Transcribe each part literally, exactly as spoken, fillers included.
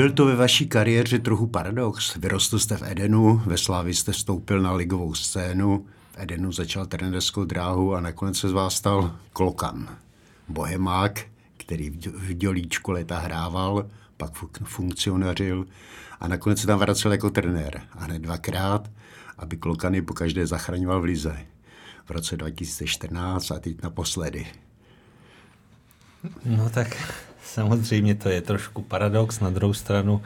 Nebyl to ve vaší kariéře trochu paradox? Vyrostl jste v Edenu, ve Slavii jste vstoupil na ligovou scénu, v Edenu začal trenérskou dráhu a nakonec se z vás stal klokan. Bohemák, který v Dělíčku léta hrával, pak funkcionařil a nakonec se tam vracel jako trenér. A hned dvakrát, aby klokany pokaždé zachraňoval v lize. V roce dva tisíce čtrnáct a teď naposledy. No tak samozřejmě to je trošku paradox. Na druhou stranu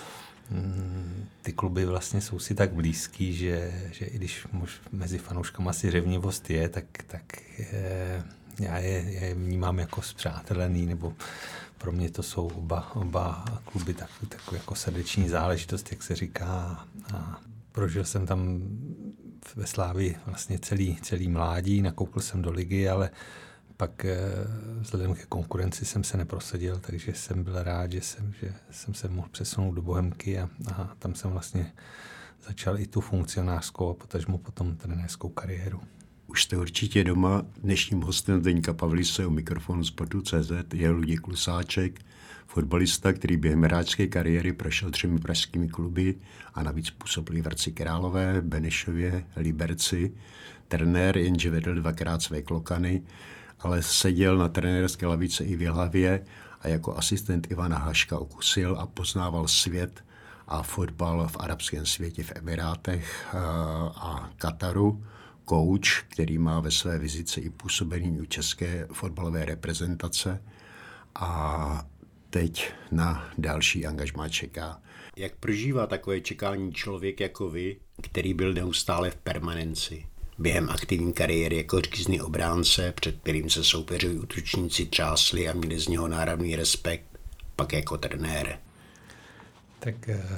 ty kluby vlastně jsou si tak blízký, že, že i když mezi fanouškama si řevnivost je, tak, tak je, já je, je vnímám jako spřátelený, nebo pro mě to jsou oba, oba kluby takový, takový jako srdeční záležitost, jak se říká. A prožil jsem tam ve Slavii vlastně celý, celý mládí, nakoukl jsem do ligy, ale pak vzhledem ke konkurenci jsem se neprosadil, takže jsem byl rád, že jsem, že jsem se mohl přesunout do Bohemky a, a tam jsem vlastně začal i tu funkcionářskou a potažmo potom trenérskou kariéru. Už jste určitě doma. Dnešním hostem Zdeňka Pavlise u mikrofonu Sportu tečka cé zet je Luděk Klusáček, fotbalista, který během hráčské kariéry prošel třemi pražskými kluby a navíc působil v Hradci Králové, Benešově, Liberci. Trenér jenže vedl dvakrát své klokany, ale seděl na trenérské lavice i v Jihlavě a jako asistent Ivana Haška okusil a poznával svět a fotbal v arabském světě, v Emirátech a Kataru. Kouč, který má ve své vizice i působení u české fotbalové reprezentace a teď na další angažmá čeká. Jak prožívá takové čekání člověk jako vy, který byl neustále v permanenci? Během aktivní kariéry jako řízný obránce, před kterým se soupeřoví útočníci třásli a měli z něho náravný respekt, pak jako trenér. Tak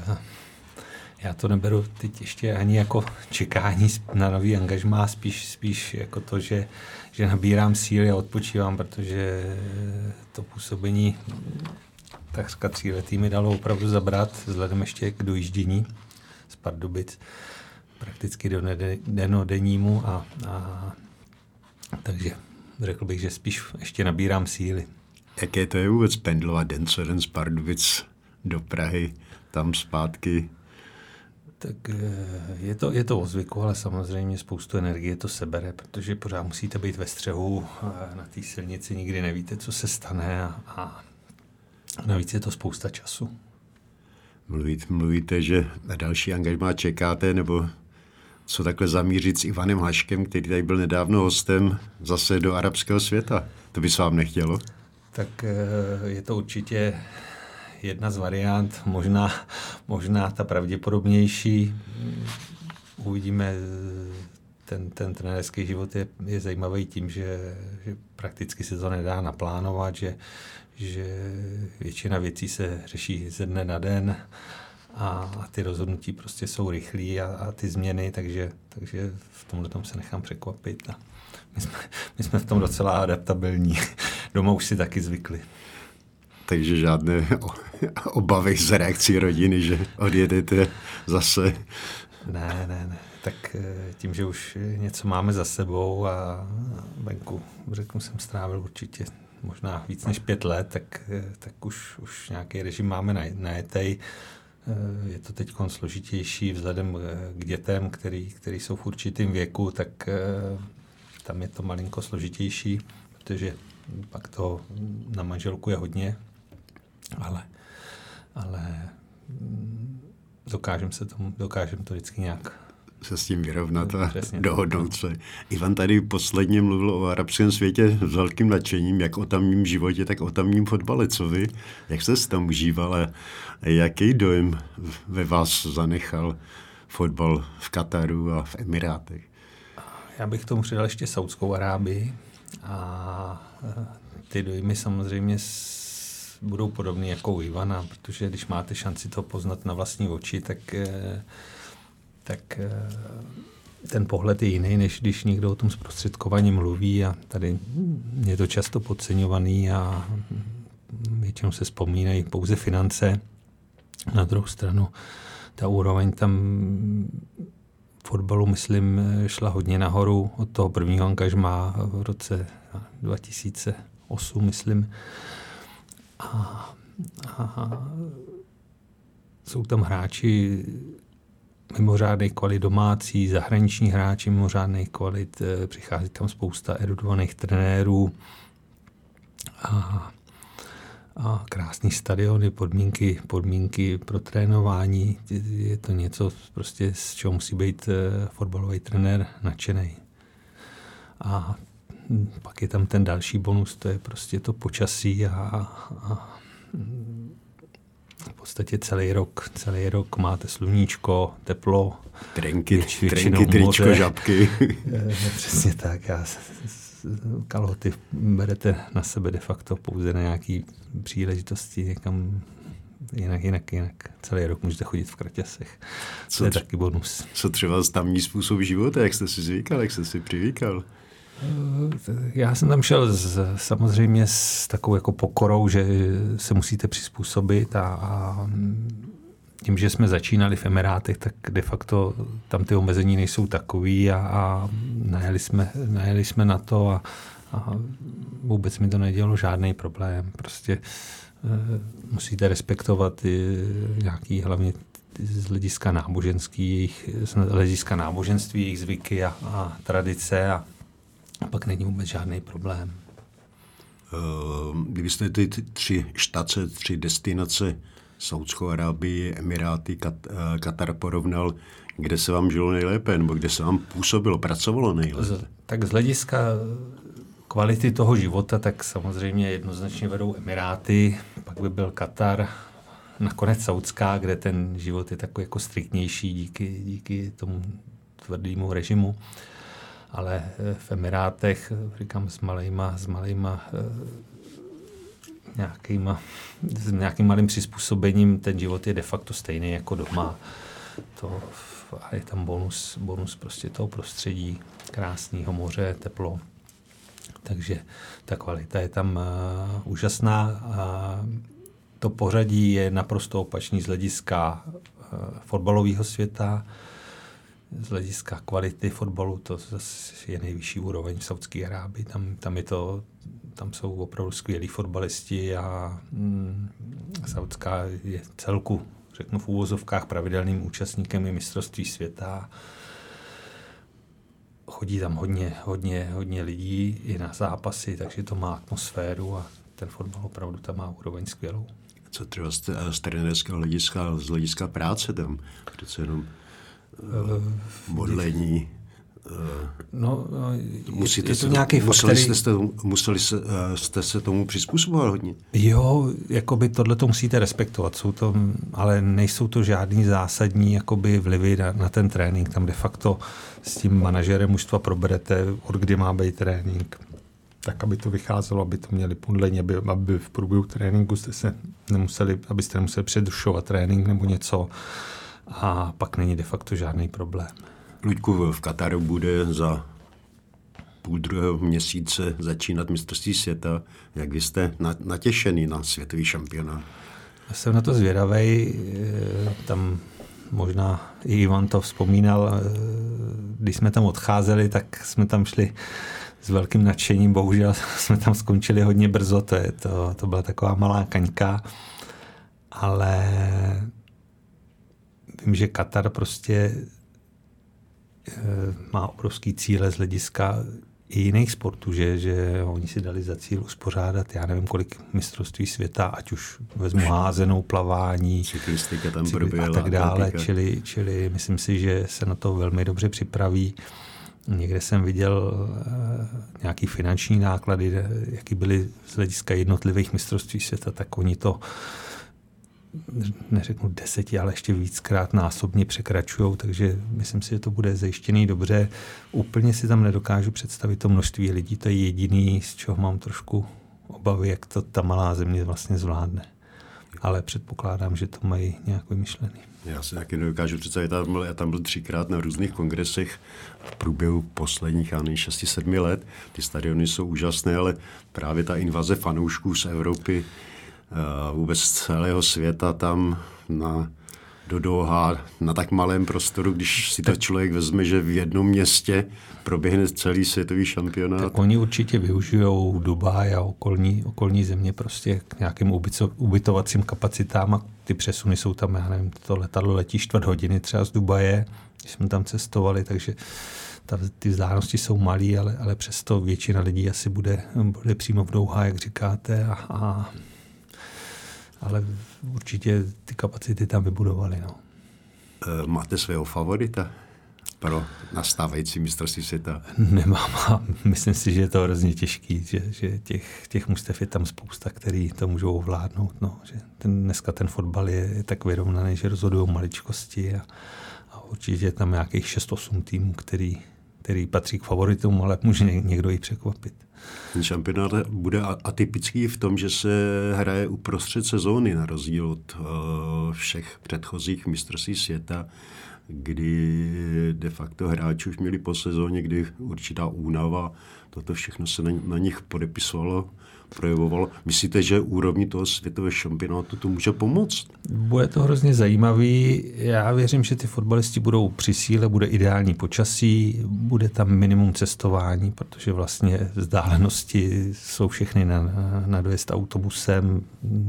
já to neberu teď ještě ani jako čekání na nový angažmá, spíš, spíš jako to, že, že nabírám síly a odpočívám, protože to působení takřka tříletý mi dalo opravdu zabrat, vzhledem ještě k dojíždění z Pardubic, prakticky do denodennímu a, a takže řekl bych, že spíš ještě nabírám síly. Jaké to je vůbec pendlovat den co den z Pardubic do Prahy, tam zpátky? Tak je to, je to o zvyku, ale samozřejmě spoustu energie to sebere, protože pořád musíte být ve střehu na té silnici, nikdy nevíte, co se stane a, a navíc je to spousta času. Mluvíte, mluvíte, že na další angažmá čekáte, nebo co takhle zamířit s Ivanem Haškem, který tady byl nedávno hostem, zase do arabského světa? To by se vám nechtělo? Tak je to určitě jedna z variant, možná, možná ta pravděpodobnější. Uvidíme, ten, ten trenérský život je, je zajímavý tím, že, že prakticky se to nedá naplánovat, že, že většina věcí se řeší ze dne na den a, a ty rozhodnutí prostě jsou rychlý a, a ty změny, takže, takže v tomhle tom se nechám překvapit. A my, jsme, my jsme v tom docela adaptabilní. Doma už si taky zvykli. Takže žádné obavy z reakcí rodiny, že odjedete zase? Ne, ne, ne. Tak tím, že už něco máme za sebou a venku, řeknu, jsem strávil určitě možná víc než pět let, tak, tak už, už nějaký režim máme najetej. Je to teď složitější vzhledem k dětem, který, který jsou v určitém věku, tak tam je to malinko složitější, protože pak to na manželku je hodně, ale, ale dokážem se tomu, dokážem to vždycky nějak se s tím vyrovnat a přesně dohodnout se. Ivan tady posledně mluvil o arabském světě s velkým nadšením, jak o tamním životě, tak o tamním fotbale. Co vy? Jak jste se tam užíval a jaký dojem ve vás zanechal fotbal v Kataru a v Emirátech? Já bych tomu přidal ještě Saudskou Arábii a ty dojmy samozřejmě budou podobné jako u Ivana, protože když máte šanci to poznat na vlastní oči, tak, tak ten pohled je jiný, než když někdo o tom zprostředkovaně mluví a tady je to často podceňovaný a většinou se vzpomínají pouze finance. Na druhou stranu ta úroveň tam fotbalu, myslím, šla hodně nahoru od toho prvního angažmá v roce dva tisíce osm, myslím. A, a jsou tam hráči mimořádných kvalit domácí, zahraniční hráči mimořádných kvalit, přichází tam spousta erudovaných trenérů a, a krásný stadiony, podmínky, podmínky pro trénování. Je to něco, prostě, z čeho musí být fotbalový trenér nadšený. A pak je tam ten další bonus, to je prostě to počasí a, a v podstatě celý rok, celý rok máte sluníčko, teplo. Trenky, trenky tričko, žabky. Přesně tak. Já kalhoty berete na sebe de facto pouze na nějaký příležitosti někam. Jinak, jinak, jinak. Celý rok můžete chodit v kraťasech. To co je taky bonus. Co třeba tamní způsob života, jak jste si zvykal, jak jste si přivykal? Já jsem tam šel z, samozřejmě s takovou jako pokorou, že se musíte přizpůsobit a, a tím, že jsme začínali v Emirátech, tak de facto tam ty omezení nejsou takový a, a najeli, jsme, najeli jsme na to a, a vůbec mi to nedělalo žádný problém. Prostě e, musíte respektovat i nějaký hlavně z hlediska náboženských, z hlediska náboženství, jejich zvyky a, a tradice a A pak není vůbec žádný problém. Kdybyste ty tři štace, tři destinace, Saudskou Arábii, Emiráty, Kat, Katar porovnal, kde se vám žilo nejlépe, nebo kde se vám působilo, pracovalo nejlépe? Z, tak z hlediska kvality toho života, tak samozřejmě jednoznačně vedou Emiráty, pak by byl Katar, nakonec Saudská, kde ten život je takový jako striktnější díky, díky tomu tvrdému režimu. Ale v Emirátech, říkám, s malejma, s malejma nějakýma, s nějakým malým přizpůsobením ten život je de facto stejný jako doma. To, a je tam bonus, bonus prostě toho prostředí, krásného moře, teplo. Takže ta kvalita je tam uh, úžasná. A to pořadí je naprosto opačný z hlediska uh, fotbalového světa. Z hlediska kvality fotbalu to zase je nejvyšší úroveň v Saudské Arábii. Tam, tam, je to, tam jsou opravdu skvělí fotbalisti a mm, Saudská je celku, řeknu v úvozovkách, pravidelným účastníkem i mistrovství světa. Chodí tam hodně, hodně, hodně lidí i na zápasy, takže to má atmosféru a ten fotbal opravdu tam má úroveň skvělou. Co třeba z, z trenérského hlediska, z hlediska práce tam? Přece jenom modlení. No, Musíte je to se, nějaký museli, fakt, jste, museli se, jste se tomu přizpůsobovat hodně? Jo, jakoby tohle to musíte respektovat. Jsou to, ale nejsou to žádný zásadní jakoby vlivy na, na ten trénink. Tam de facto s tím manažerem mužstva proberete, od kdy má být trénink. Tak, aby to vycházelo, aby to měli podle aby, aby v průběhu tréninku jste se nemuseli, abyste nemuseli předušovat trénink nebo něco. A pak není de facto žádný problém. Luďku, v Kataru bude za půl druhého měsíce začínat mistrovství světa. Jak vy jste natěšený na světový šampionát? Já jsem na to zvědavej. Tam možná i Ivan to vzpomínal. Když jsme tam odcházeli, tak jsme tam šli s velkým nadšením. Bohužel jsme tam skončili hodně brzo. To, je, to, to byla taková malá kaňka. Ale vím, že Katar prostě e, má obrovský cíle z hlediska i jiných sportů, že, že oni si dali za cíl uspořádat, já nevím, kolik mistrovství světa, ať už vezmu házenou, plavání, cyklistika tam proběhla, a tak dále, čili, čili myslím si, že se na to velmi dobře připraví. Někde jsem viděl e, nějaký finanční náklady, jaký byly z hlediska jednotlivých mistrovství světa, tak oni to neřeknu deseti, ale ještě víckrát násobně překračujou, takže myslím si, že to bude zajištěný dobře. Úplně si tam nedokážu představit to množství lidí, to je jediný, z čeho mám trošku obavy, jak to ta malá země vlastně zvládne. Ale předpokládám, že to mají nějak vymyšlený. Já si taky nedokážu představit, já tam byl, já tam byl třikrát na různých kongresech v průběhu posledních, já nevím, šesti, sedmi let. Ty stadiony jsou úžasné, ale právě ta invaze fanoušků z Evropy, vůbec z celého světa tam na do Doha na tak malém prostoru, když si to člověk vezme, že v jednom městě proběhne celý světový šampionát. Tak oni určitě využijou Dubaj a okolní, okolní země prostě k nějakým ubytovacím kapacitám a ty přesuny jsou tam, já nevím, to letadlo letí čtvrt hodiny třeba z Dubaje, když jsme tam cestovali, takže ta, ty vzdálenosti jsou malý, ale, ale přesto většina lidí asi bude, bude přímo v Doha, jak říkáte, a, a, ale určitě ty kapacity tam vybudovali. No. Máte svého favorita pro nastávající mistrovství světa? Nemám a myslím si, že je to hrozně těžký, že, že těch, těch mužstev je tam spousta, který to můžou ovládnout. No. Že ten, dneska ten fotbal je, je tak vyrovnaný, že rozhodují maličkosti a, a určitě je tam nějakých šest osm týmů, který, který patří k favoritům, ale může někdo i překvapit. Ten šampionát bude atypický v tom, že se hraje uprostřed sezóny, na rozdíl od uh, všech předchozích mistrovství světa, kdy de facto hráči už měli po sezóně, kdy určitá únava, toto všechno se na, na nich podepisovalo, projevovalo. Myslíte, že úrovni toho světového šampionátu to může pomoct? Bude to hrozně zajímavý. Já věřím, že ty fotbalisti budou při síle, bude ideální počasí, bude tam minimum cestování, protože vlastně vzdálenosti jsou všechny na, na dojezd autobusem,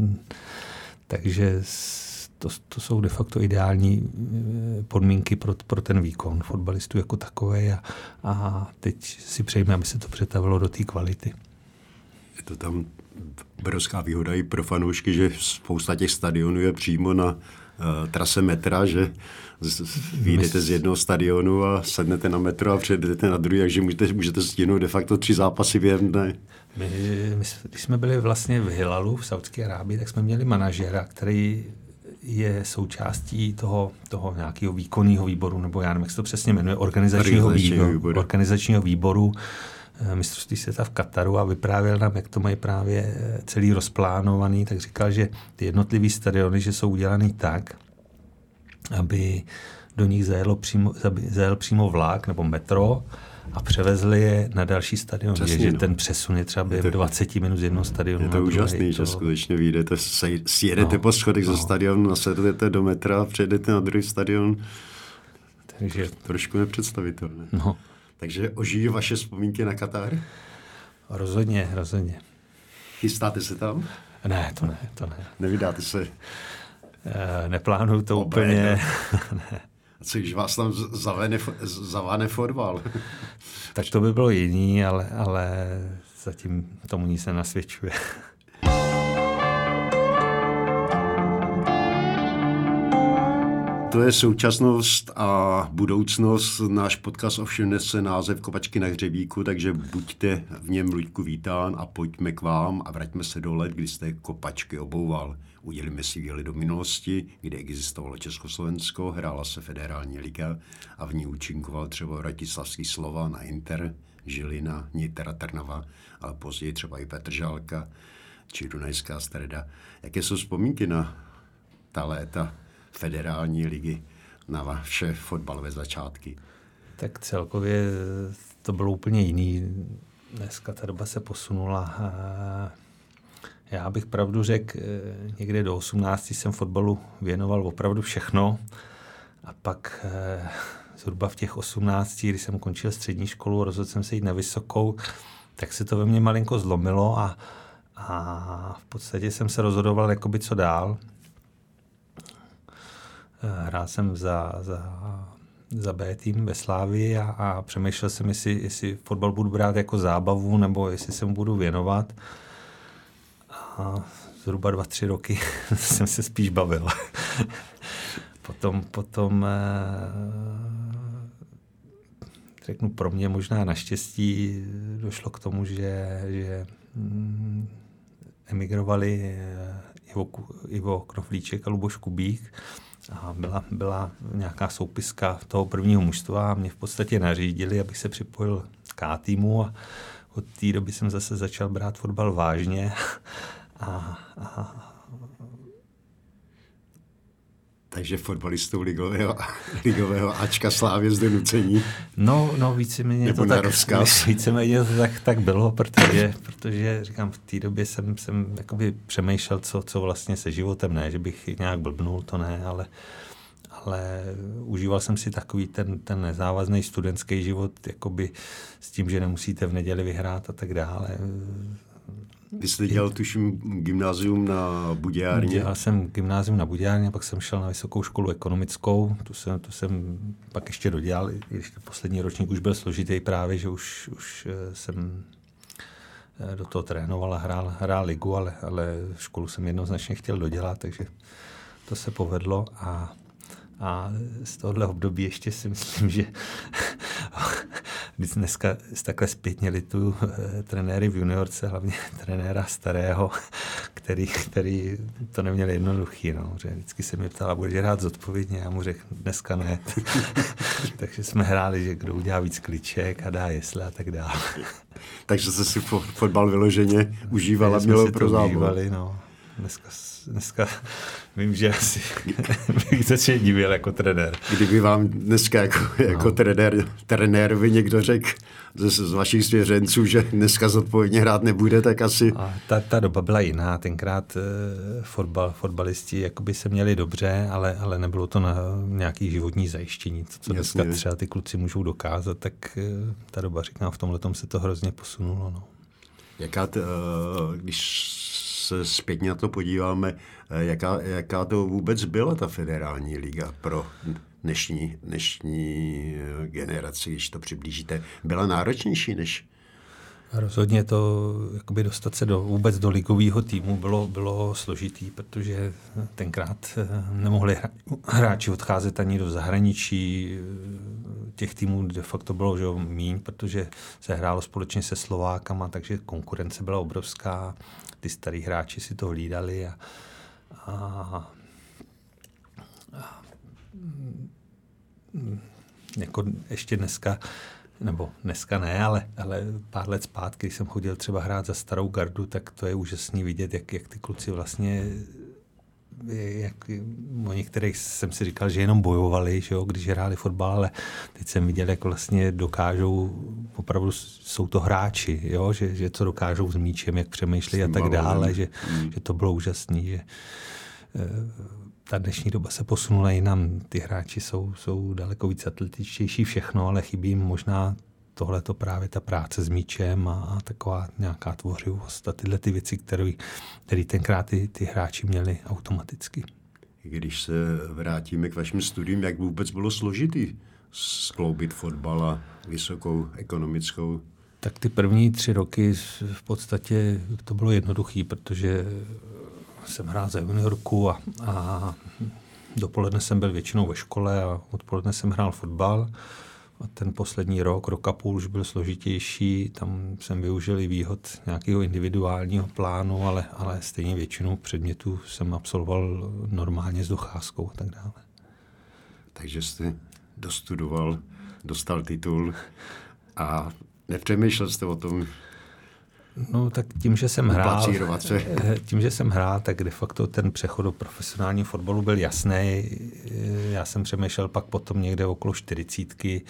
takže to, to jsou de facto ideální podmínky pro, pro ten výkon fotbalistů jako takové a, a teď si přejme, aby se to přetavilo do té kvality. Je to tam obrovská výhoda i pro fanoušky, že spousta těch stadionů je přímo na uh, trase metra, že vyjdete z jednoho stadionu a sednete na metro a přejdete na druhý, takže můžete, můžete stihnout de facto tři zápasy během dne. My, my, když jsme byli vlastně v Hilalu v Saudské Arábii, tak jsme měli manažera, který je součástí toho, toho nějakého výkonného výboru, nebo já nevím, jak se to přesně jmenuje, organizačního, organizačního výboru, výboru. organizačního výboru mistrovství světa v Kataru a vyprávěl nám, jak to mají právě celý rozplánovaný, tak říkal, že ty jednotlivý stadiony, že jsou udělaný tak, aby do nich zajelo přímo, zajel přímo vlak nebo metro a převezli je na další stadion. Přesně, že, no. Že ten přesun je třeba během dvacet minut z jednoho stadionu. Je to úžasný, to... že skutečně vyjdete, sjedete no, po schodech no. ze stadionu, nasedete do metra a přejdete na druhý stadion. Takže trošku nepředstavitelné. No. Takže ožijí vaše vzpomínky na Katar? Rozhodně, rozhodně. Chystáte se tam? Ne, to ne, to ne. Nevydáte se? E, neplánuju to Obe, úplně. Ne. A co když vás tam zavane, zavane fotbal? Tak to by bylo jiný, ale, ale zatím tomu nic nenasvědčuje. To je současnost a budoucnost. Náš podcast ovšem nese název Kopačky na hřebíku, takže buďte v něm, Luďku, vítán a pojďme k vám a vraťme se do let, kdy jste kopačky obouval. Udělíme si výhled do minulosti, kde existovalo Československo, hrála se federální liga a v ní účinkoval třeba Vratislavský Slovan a Inter, Žilina, Nitra, Trnava, ale později třeba i Petržálka či Dunajská Streda. Jaké jsou vzpomínky na ta léta federální ligy, na vaše fotbalové začátky? Tak celkově to bylo úplně jiný. Dneska ta doba se posunula. Já bych pravdu řekl, někde do osmnácti jsem fotbalu věnoval opravdu všechno. A pak zhruba v těch osmnácti, když jsem končil střední školu, rozhodl jsem se jít na vysokou, tak se to ve mně malinko zlomilo a, a v podstatě jsem se rozhodoval, jakoby co dál. Hrál jsem za, za, za B tým ve Slávii a, a přemýšlel jsem, jestli, jestli fotbal budu brát jako zábavu, nebo jestli se mu budu věnovat. A zhruba dva, tři roky jsem se spíš bavil. potom, potom řeknu pro mě možná naštěstí došlo k tomu, že, že emigrovali Ivo, Ivo Knoflíček a Luboš Kubík. A byla, byla nějaká soupiska toho prvního mužstva a mě v podstatě nařídili, abych se připojil k A týmu a od té doby jsem zase začal brát fotbal vážně. A, a... Takže fotbalistou ligového, ligového Ačka Slávě z donucení. No, no víceméně to, tak, víceméně to tak, tak bylo, protože, protože říkám, v té době jsem, jsem jakoby přemýšlel, co, co vlastně se životem, ne, že bych nějak blbnul, to ne, ale, ale užíval jsem si takový ten, ten nezávazný studentský život, jakoby s tím, že nemusíte v neděli vyhrát a tak dále. Vy jste dělal, tuším, gymnázium na Budějárně? Dělal jsem gymnázium na Budějárně, pak jsem šel na vysokou školu ekonomickou, tu jsem, tu jsem pak ještě dodělal, i když poslední ročník už byl složitý právě, že už, už jsem do toho trénoval a hrál, hrál ligu, ale, ale školu jsem jednoznačně chtěl dodělat, takže to se povedlo a, a z tohohle období ještě si myslím, že dneska takhle zpětně lituju trenéry v juniorce, hlavně trenéra starého, který, který to neměl jednoduchý. No. Že vždycky se mě ptal, budeš hrát zodpovědně, já mu řekl, dneska ne. Takže jsme hráli, že kdo udělá víc kliček a dá jesle a tak dále. Takže jste si fotbal vyloženě užíval a mělo pro zábavu. Užívali, no. Dneska, dneska vím, že asi bych se divil jako trenér. Kdyby vám dneska jako, jako no. trenér, trenérovi někdo řekl z, z vašich svěřenců, že dneska zodpovědně hrát nebude, tak asi... A ta, ta doba byla jiná. Tenkrát eh, fotbal, fotbalisti jakoby se měli dobře, ale, ale nebylo to na nějaký životní zajištění. To, co dneska třeba ty kluci můžou dokázat, tak eh, ta doba, říkám, v tomhletom se to hrozně posunulo. No. Jaká t, uh, když se zpětně na to podíváme, jaká, jaká to vůbec byla ta federální liga pro dnešní, dnešní generaci, když to přiblížíte. Byla náročnější než... Rozhodně to, jakoby dostat se do, vůbec do ligového týmu bylo, bylo složitý, protože tenkrát nemohli hráči odcházet ani do zahraničí. Těch týmů de facto bylo že míň, protože se hrálo společně se Slovákama, takže konkurence byla obrovská. Ty starý hráči si to hlídali a, a, a jako ještě dneska, nebo dneska ne, ale, ale pár let zpátky, když jsem chodil třeba hrát za starou gardu, tak to je úžasný vidět, jak, jak ty kluci vlastně, jak, o některých jsem si říkal, že jenom bojovali, že jo, když hráli fotbal, ale teď jsem viděl, jak vlastně dokážou, opravdu jsou to hráči, jo, že, že co dokážou s míčem, jak přemýšlí a tak dále, že, hmm. že to bylo úžasný, že ta dnešní doba se posunula jinam. Ty hráči jsou, jsou daleko víc atletičtější všechno, ale chybí jim možná tohleto právě ta práce s míčem a, a taková nějaká tvořivost a tyhle ty věci, které tenkrát ty, ty hráči měli automaticky. Když se vrátíme k vašim studiím, jak vůbec bylo složitý skloubit fotbal a vysokou ekonomickou? Tak ty první tři roky v podstatě to bylo jednoduchý, protože jsem hrál za juniorku a, a dopoledne jsem byl většinou ve škole a odpoledne jsem hrál fotbal. A ten poslední rok, rok a půl už byl složitější, tam jsem využil i výhod nějakého individuálního plánu, ale, ale stejně většinu předmětů jsem absolvoval normálně s docházkou a tak dále. Takže jste dostudoval, dostal titul a nepřemýšlel jste o tom? No tak tím, že jsem hrál, tím, že jsem hrál, tak de facto ten přechod do profesionálního fotbalu byl jasný. Já jsem přemýšlel pak potom někde okolo čtyřicítky,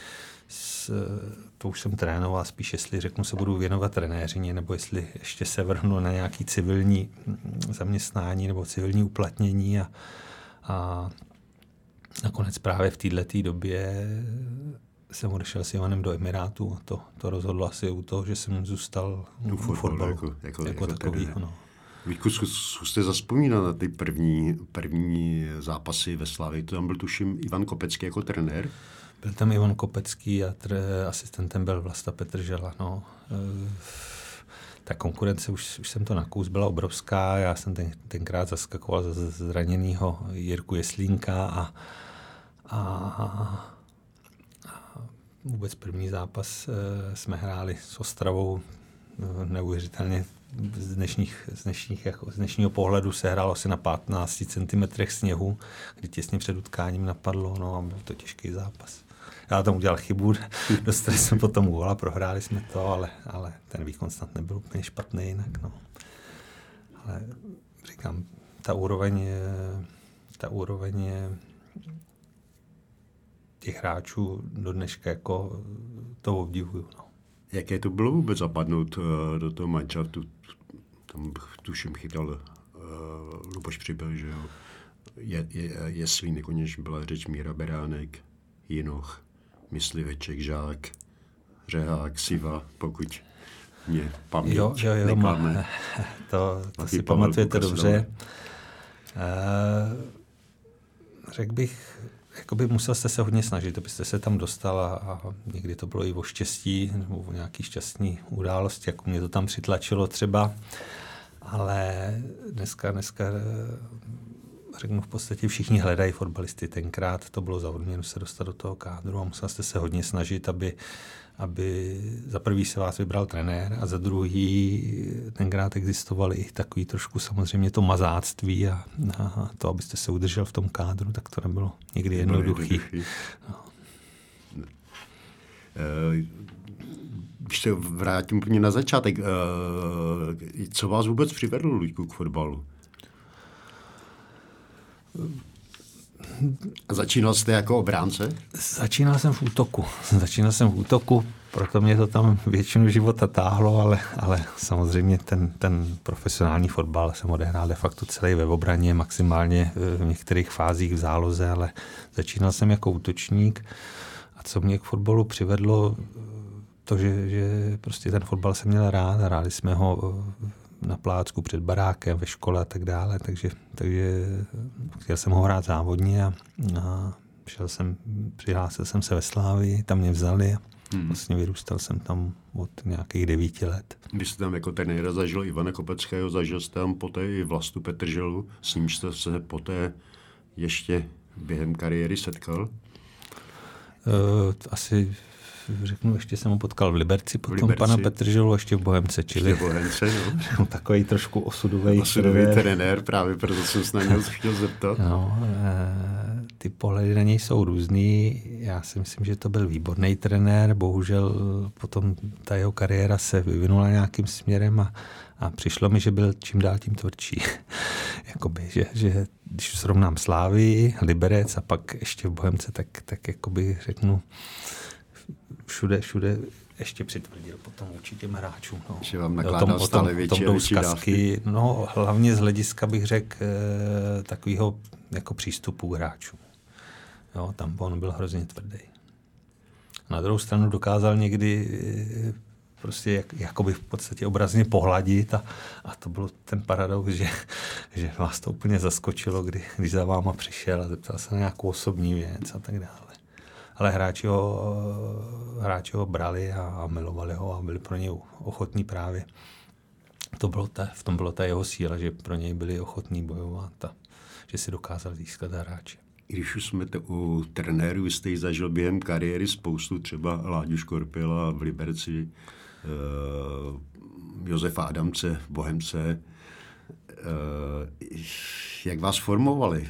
to už jsem trénoval, spíš jestli řeknu se budu věnovat trenéřině, nebo jestli ještě se vrhnu na nějaký civilní zaměstnání nebo civilní uplatnění a, a nakonec právě v této době jsem odešel s Ivanem do Emirátu a to, to rozhodlo asi u toho, že jsem zůstal u fotbalu jako, jako, jako takový. No. Vítku, zkuste zazpomínat na ty první, první zápasy ve Slavii. To tam byl tuším Ivan Kopecký jako trenér? Byl tam Ivan Kopecký a tre, asistentem byl Vlasta Petržela. No. E, ta konkurence, už, už jsem to nakous, byla obrovská. Já jsem ten, tenkrát zaskakoval za zraněnýho Jirku Jeslínka a, a vůbec první zápas e, jsme hráli s Ostravou neuvěřitelně. Z, dnešních, z, dnešních, jako, z dnešního pohledu se hrálo asi na patnácti centimetrech sněhu, kdy těsně před utkáním napadlo, no a byl to těžký zápas. Já tam udělal chybu, dostali jsme potom gól a prohráli jsme to, ale, ale ten výkon snad nebyl úplně špatný jinak, no. Ale říkám, ta úroveň je, ta úroveň je těch hráčů do dneška jako to obdivuju. No. Jaké to bylo vůbec zapadnout uh, do toho manšaftu? Tam tuším chytal uh, Luboš Přibyl, že jo? je, je, jestli nekoněž byla řeč Míra Beránek, Jinoch, Mysliveček, Žák, Řehák, Siva, pokud mě paměť jo, jo, jo, neklame. To, to si pamatujete dobře. Uh, řekl bych, jakoby musel jste se hodně snažit, abyste se tam dostal a, a někdy to bylo i o štěstí nebo o nějaký šťastný události, jako mě to tam přitlačilo třeba, ale dneska, dneska řeknu v podstatě všichni hledají fotbalisty. Tenkrát to bylo za odměnu se dostat do toho kádru a musel jste se hodně snažit, aby, aby za prvý se vás vybral trenér a za druhý tenkrát existovaly i takový trošku samozřejmě to mazáctví a, a to, abyste se udržel v tom kádru, tak to nebylo někdy jednoduchý. No. Když se vrátím úplně na začátek, co vás vůbec přivedlo, Luďku, k fotbalu? A začínal jste jako obránce? Začínal jsem v útoku. Začínal jsem v útoku, proto mě to tam většinu života táhlo, ale, ale samozřejmě ten, ten profesionální fotbal jsem odehrál de facto celý ve obraně, maximálně v některých fázích v záloze, ale začínal jsem jako útočník. A co mě k fotbalu přivedlo, to, že, že prostě ten fotbal jsem měl rád a hráli jsme ho na plácku před barákem, ve škole a tak dále, takže, takže chtěl jsem ho hrát závodně a, a šel jsem, přihlásil jsem se ve Slávii, tam mě vzali a hmm. vlastně vyrůstal jsem tam od nějakých devíti let. Když jste tam jako trenéra zažil Ivana Kopeckého, zažil jste tam poté i Vlastu Petrželu, s nímž jste se poté ještě během kariéry setkal? Uh, asi řeknu, ještě jsem ho potkal v Liberci, potom v Liberci. Pana Petrželu, ještě v Bohemce, čili ještě v Bohemce, no. Takový trošku osudový osudový trenér, právě proto jsem se na něho chtěl zeptat. No, e, ty pohledy na něj jsou různý. Já si myslím, že to byl výborný trenér, bohužel potom ta jeho kariéra se vyvinula nějakým směrem a, a přišlo mi, že byl čím dál tím tvrdší. Jakoby, že, že když srovnám Slávii, Liberec a pak ještě v Bohemce, tak, tak jakoby řeknu, všude, všude ještě přitvrdil potom vůči těm hráčům. No. Že vám nakládal stále větší a větší dávky. No, hlavně z hlediska bych řekl e, takového jako přístupu k hráčům. Jo, tam on byl hrozně tvrdý. Na druhou stranu dokázal někdy e, prostě jak, jakoby v podstatě obrazně pohladit a, a to byl ten paradox, že, že vás to úplně zaskočilo, kdy, když za váma přišel a zeptal se na nějakou osobní věc a tak dále. Ale hráči ho, hráči ho brali a, a milovali ho a byli pro něj ochotní právě. To bylo ta, v tom byla ta jeho síla, že pro něj byli ochotní bojovat a že si dokázal získat hráče. Když už jsme to u trenérů, jste ji zažil během kariéry spoustu, třeba Láďu Škorpila v Liberci, eh, Josefa Adamce v Bohemce. Eh, jak vás formovali?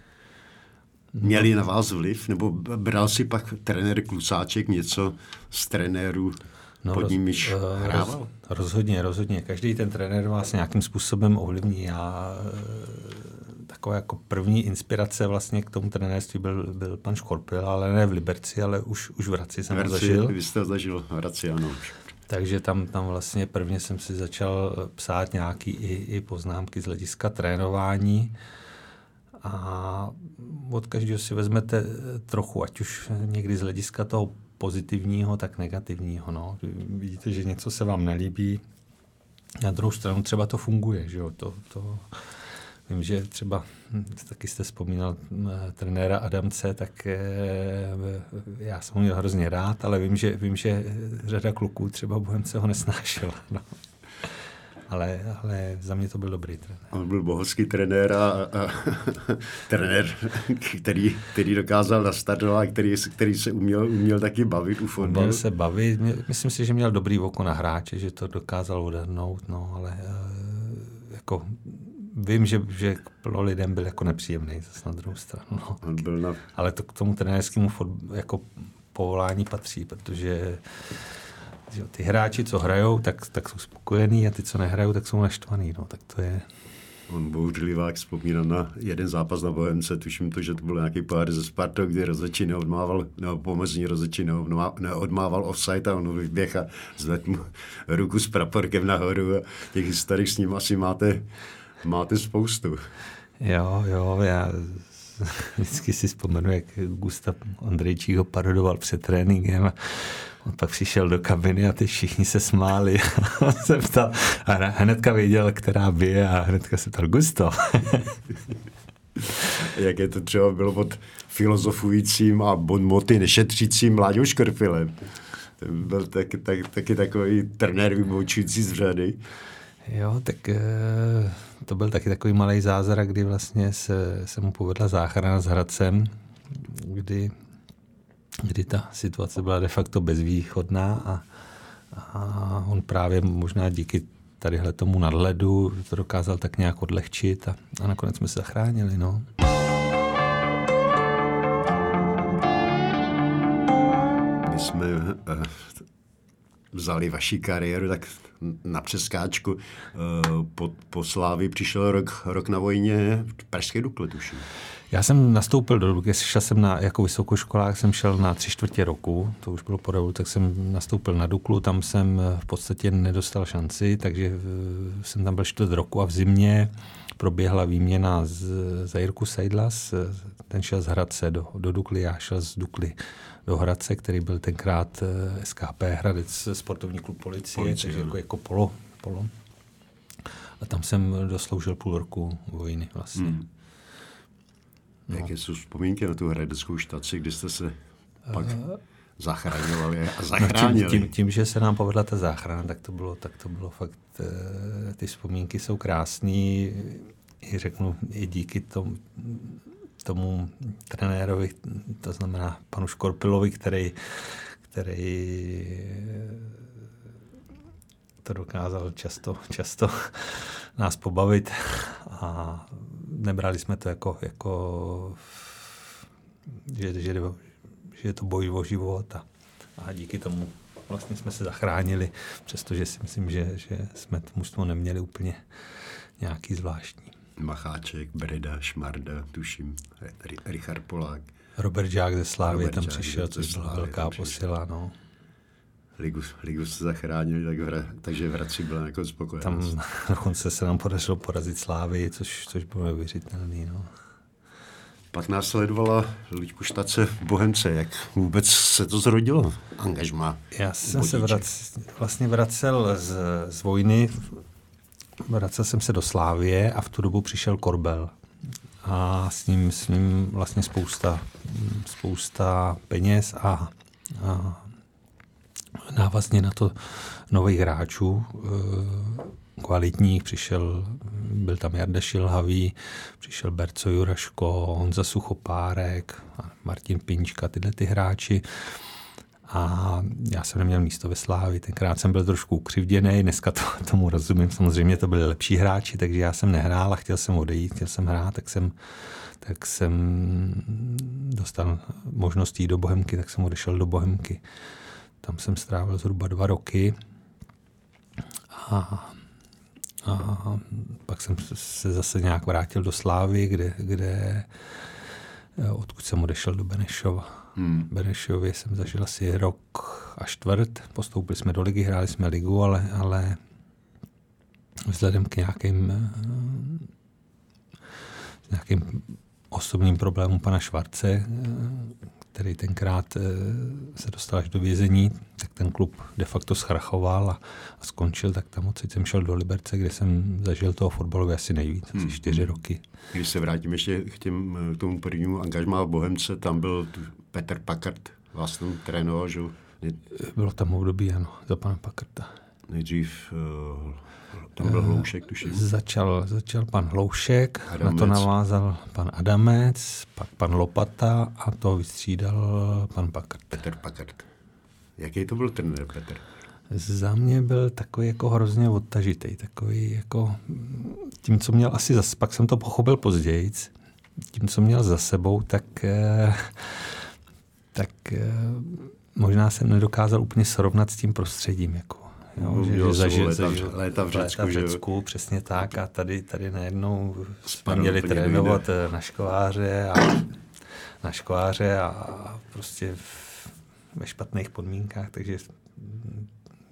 Měli na vás vliv? Nebo bral si pak trenér Klusáček něco z trenérů, no, pod nimiž roz, hrával? Roz, rozhodně, rozhodně. Každý ten trenér vás nějakým způsobem ovlivní. Já taková jako první inspirace vlastně k tomu trenérství byl, byl pan Škorpil, ale ne v Liberci, ale už, už v Hradci jsem ho zažil. Vy jste zažil v Hradci, ano. Takže tam, tam vlastně prvně jsem si začal psát nějaký i, i poznámky z hlediska trénování. A od každého si vezmete trochu, ať už někdy z hlediska toho pozitivního, tak negativního. No. Vidíte, že něco se vám nelíbí. Na druhou stranu třeba to funguje. Že jo? To, to, vím, že třeba, taky jste vzpomínal trenéra Adamce, tak já jsem ho měl hrozně rád, ale vím, že, vím, že řada kluků třeba Bohemce ho nesnášela. No. Ale, ale za mě to byl dobrý trenér. On byl bohovský trenér a, a trenér, který, který dokázal nastartovat, který, který se uměl, uměl taky bavit u fotbalu. Uměl se bavit. Myslím si, že měl dobrý oko na hráče, že to dokázal odhadnout, no, ale jako vím, že, že pro lidem byl jako nepříjemný, zase na druhou stranu. No. On byl na... Ale to k tomu trenérskému jako povolání patří, protože že ty hráči, co hrajou, tak, tak jsou spokojení a ty, co nehrajou, tak jsou naštvaný. No, tak to je... On bouřlivák vzpomínal na jeden zápas na Bohemce, tuším to, že to byl nějaký pohár ze Spartou, kdy rozhodčí neodmával, nebo pomezní rozhodčí neodmával offside a on vyběh a zvedl mu ruku s praporkem nahoru a těch historik s ním asi máte, máte spoustu. Jo, jo, já vždycky si vzpomenu, jak Gustav Ondrejčík ho parodoval před tréninkem a on pak přišel do kabiny a ty všichni se smáli. A se ptal, a hnedka věděl, která bije a hnedka se ptal Gustav. Jak je to třeba bylo pod filozofujícím a bonmoty nešetřícím Láďou Škorpilem. Ten byl taky, tak, taky takový trenér vyboučující z řady. Jo, tak to byl taky takový malý zázrak, kdy vlastně se, se mu povedla záchrana s Hradcem, kdy, kdy ta situace byla de facto bezvýchodná a, a on právě možná díky tadyhle tomu nadhledu to dokázal tak nějak odlehčit a, a nakonec jsme se zachránili, no. My jsme uh, vzali vaši kariéru tak na přeskáčku. Uh, po, po Slávii přišel rok, rok na vojně v Pražské Dukle, tuším. Já jsem nastoupil do Dukly, šel jsem na, jako vysokoškolák, jsem šel na tři čtvrtě roku, to už bylo po revoluci, tak jsem nastoupil na Duklu, tam jsem v podstatě nedostal šanci, takže jsem tam byl čtvrt roku a v zimě proběhla výměna z, za Jirku Seidlas, ten šel z Hradce do, do Dukly, já šel z Dukly do Hradce, který byl tenkrát S K P Hradec, sportovní klub policie, policie takže jako, jako polo, polo. A tam jsem dosloužil půl roku vojny vlastně. Hmm. No. Jaké jsou vzpomínky na tu hradeckou štaci, kdy jste se pak uh, zachraňovali a zachránili? No tím, tím, tím, že se nám povedla ta záchrana, tak to bylo, tak to bylo fakt, ty vzpomínky jsou krásný. I řeknu, i díky tomu, tomu trenérovi, to znamená panu Škorpilovi, který, který to dokázal často, často nás pobavit a nebrali jsme to jako, jako že, že, že je to boj o život a, a díky tomu vlastně jsme se zachránili, přestože si myslím, že, že jsme to mužstvo neměli úplně nějaký zvláštní. Macháček, Breda, Šmarda, tuším, Richard Polák. Robert Žák ze Slávy tam přišel, což byla velká posila, no. Ligu, ligu se zachránili, tak vra, takže v Hradci byla jako spokojenost. Tam dokonce se nám podařilo porazit Slávy, což, což bylo neuvěřitelný, no. Pak následovala Luďku štace v Bohemce. Jak vůbec se to zrodilo? Angažmá. Já jsem Bodíček. se vrac, vlastně vracel z, z vojny, vracel jsem se do Slávie a v tu dobu přišel Korbel. A s ním, s ním vlastně spousta, spousta peněz a, a návazně na to nových hráčů, kvalitních, přišel, byl tam Jarda Šilhavý, přišel Berco Juraško, Honza Suchopárek, Martin Pinčka, tyhle ty hráči. A já jsem neměl místo ve Slávii, tenkrát jsem byl trošku ukřivděnej, dneska to, tomu rozumím, samozřejmě to byli lepší hráči, takže já jsem nehrál a chtěl jsem odejít, chtěl jsem hrát, tak jsem, tak jsem dostal možnost jít do Bohemky, tak jsem odešel do Bohemky. Tam jsem strávil zhruba dva roky a, a pak jsem se zase nějak vrátil do Slávy, kde, kde odkud jsem odešel do Benešova. Hmm. V Benešově jsem zažil asi rok a čtvrt, postoupili jsme do ligy, hráli jsme ligu, ale, ale vzhledem k nějakým, nějakým osobním problémům pana Švarce, který tenkrát se dostal až do vězení, tak ten klub de facto zkrachoval a, a skončil, tak tam odsaď jsem šel do Liberce, kde jsem zažil toho fotbalu asi nejvíc, asi hmm. čtyři roky. Když se vrátím ještě k, těm, k tomu prvnímu angažmá v Bohemce, tam byl Petr Pakart, vás tam trénoval, že? Bylo tam období, ano, za pana Pakarta. Nejdřív uh, tam byl Hloušek, tuším. Začal, začal pan Hloušek, Adamec. Na to navázal pan Adamec, pak pan Lopata a to vystřídal pan Pakart. Petr Pakart. Jaký to byl trenér, Petr? Za mě byl takový jako hrozně odtažitej, takový jako tím, co měl asi zase, pak jsem to pochopil později, tím, co měl za sebou, tak, tak možná jsem nedokázal úplně srovnat s tím prostředím, jako. Jo, že, že zažil, léta, zažil, léta v Řecku, léta v Řecku přesně tak a tady, tady najednou jsme měli trénovat jde. na školáře a na školáře a prostě v, ve špatných podmínkách, takže